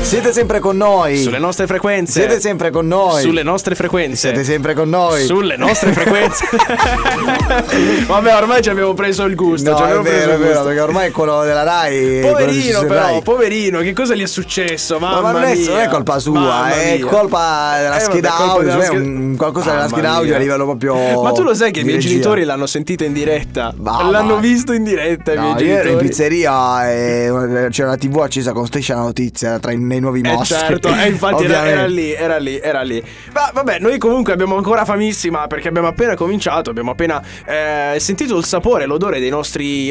Siete sempre con noi. Sulle nostre frequenze. Siete sempre con noi. Sulle nostre frequenze. Siete sempre con noi. Sulle nostre frequenze. Vabbè, ormai ci abbiamo preso il gusto. No, è vero, perché ormai è quello della Rai. Poverino, però, poverino, che cosa gli è successo? Mamma non è colpa sua, è colpa della scheda audio. Qualcosa della scheda audio a livello proprio. Ma tu lo sai che i miei genitori l'hanno sentita in diretta? L'hanno visto in diretta i miei genitori. Io ero in pizzeria e c'era la TV accesa con Striscia la Notizia nei nuovi mostri. Certo, infatti era lì. Ma vabbè, noi comunque abbiamo ancora famissima perché abbiamo appena cominciato, abbiamo appena sentito il sapore, l'odore dei nostri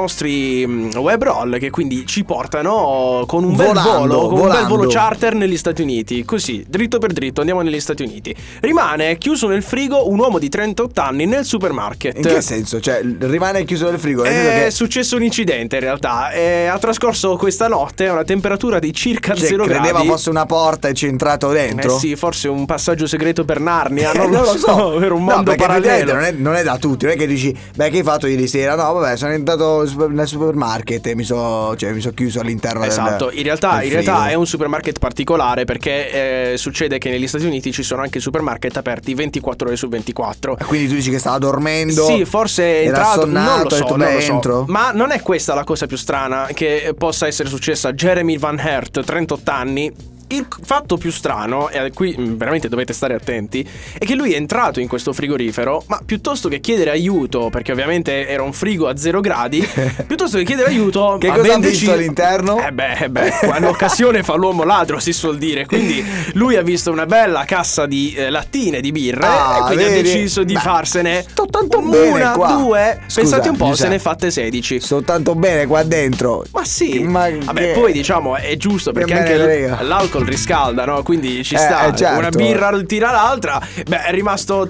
web roll, che quindi ci portano con un bel volo charter negli Stati Uniti. Così, dritto per dritto, andiamo negli Stati Uniti. Rimane chiuso nel frigo un uomo di 38 anni nel supermarket. In che senso? Cioè, rimane chiuso nel frigo? È successo un incidente in realtà. Ha trascorso questa notte a una temperatura di circa 0 gradi. Credeva fosse una porta e ci è entrato dentro? Sì, forse un passaggio segreto per Narnia. Non lo so, per un mondo parallelo. Non è da tutti. Non è che dici, beh, che hai fatto ieri sera? No, vabbè, sono entrato nel supermarket e mi sono chiuso all'interno esatto. In realtà è un supermarket particolare perché succede che negli Stati Uniti ci sono anche supermarket aperti 24 ore su 24. Quindi tu dici che stava dormendo? Sì, forse è entrato, non lo so, entro. Ma non è questa la cosa più strana che possa essere successa a Jeremy Van Hert, 38 anni. Il fatto più strano, e qui veramente dovete stare attenti, è che lui è entrato in questo frigorifero, ma piuttosto che chiedere aiuto, perché ovviamente era un frigo a 0 gradi, piuttosto che chiedere aiuto, che cosa ha visto all'interno? l'occasione fa l'uomo ladro, si suol dire. Quindi lui ha visto una bella cassa di lattine di birra e quindi ha deciso di farsene sto tanto bene qua. 2, pensate un po', se ne è fatte 16. Sto tanto bene qua dentro. Ma sì, poi diciamo è giusto perché anche l'alcol riscalda, no? Quindi ci sta, certo. Una birra tira l'altra. È rimasto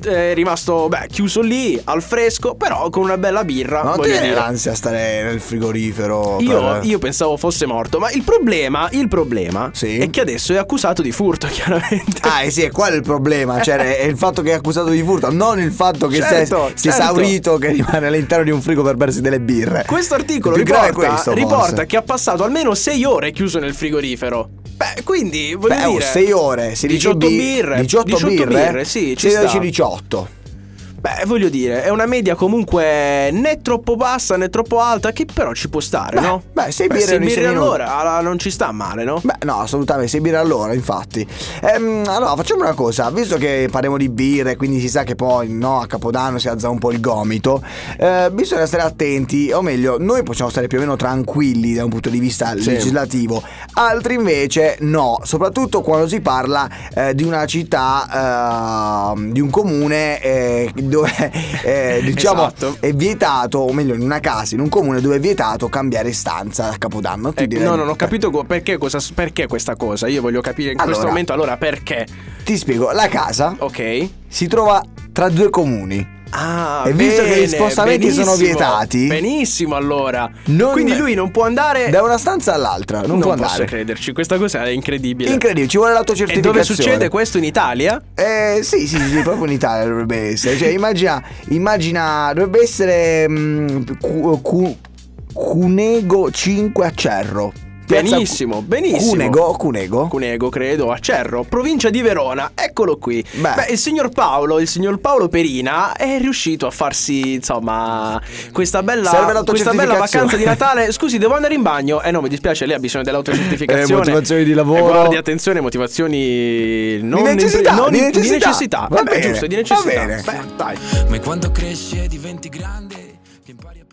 chiuso lì al fresco, però con una bella birra. Ma non ti viene l'ansia stare nel frigorifero? Io pensavo fosse morto, ma il problema sì, è che adesso è accusato di furto, chiaramente. Sì, è qual è il problema? Cioè è il fatto che è accusato di furto, non il fatto che si è esaurito, che rimane all'interno di un frigo per bersi delle birre. Questo articolo riporta che ha passato almeno 6 ore chiuso nel frigorifero. Quindi voglio dire 6 ore, 18 birre, 18 birre, sì, ci sta. 18. Voglio dire, è una media comunque né troppo bassa né troppo alta, che però ci può stare, no? 6 birre all'ora non ci sta male, no? No, assolutamente, 6 birre all'ora, infatti. Allora, facciamo una cosa, visto che parliamo di birre, quindi si sa che poi, a Capodanno si alza un po' il gomito, bisogna stare attenti, o meglio, noi possiamo stare più o meno tranquilli da un punto di vista legislativo, altri invece no, soprattutto quando si parla di una città, di un comune dove esatto. è vietato, o meglio in una casa, in un comune dove è vietato cambiare stanza a Capodanno. Non ho capito perché questa cosa. Io voglio capire in questo momento perché. Ti spiego, la casa si trova tra 2 comuni. E visto che gli spostamenti sono vietati, benissimo, allora quindi lui non può andare da una stanza all'altra. Non può andare. Non posso crederci, questa cosa è incredibile. Ci vuole l'autocertificazione. E dove succede questo? In Italia? Sì, proprio in Italia dovrebbe essere. Cioè immagina dovrebbe essere Cunego 5 a Cerro. Benissimo. Cunego, credo, a Cerro, provincia di Verona. Eccolo qui. Il signor Paolo Perina è riuscito a farsi, insomma, questa bella vacanza di Natale. Scusi, devo andare in bagno. No, mi dispiace, lei ha bisogno dell'autocertificazione. Motivazioni di lavoro. Guardi, attenzione, motivazioni non di necessità. Giusto, di necessità. Va bene. Dai. Ma quando cresci e diventi grande, ti impari a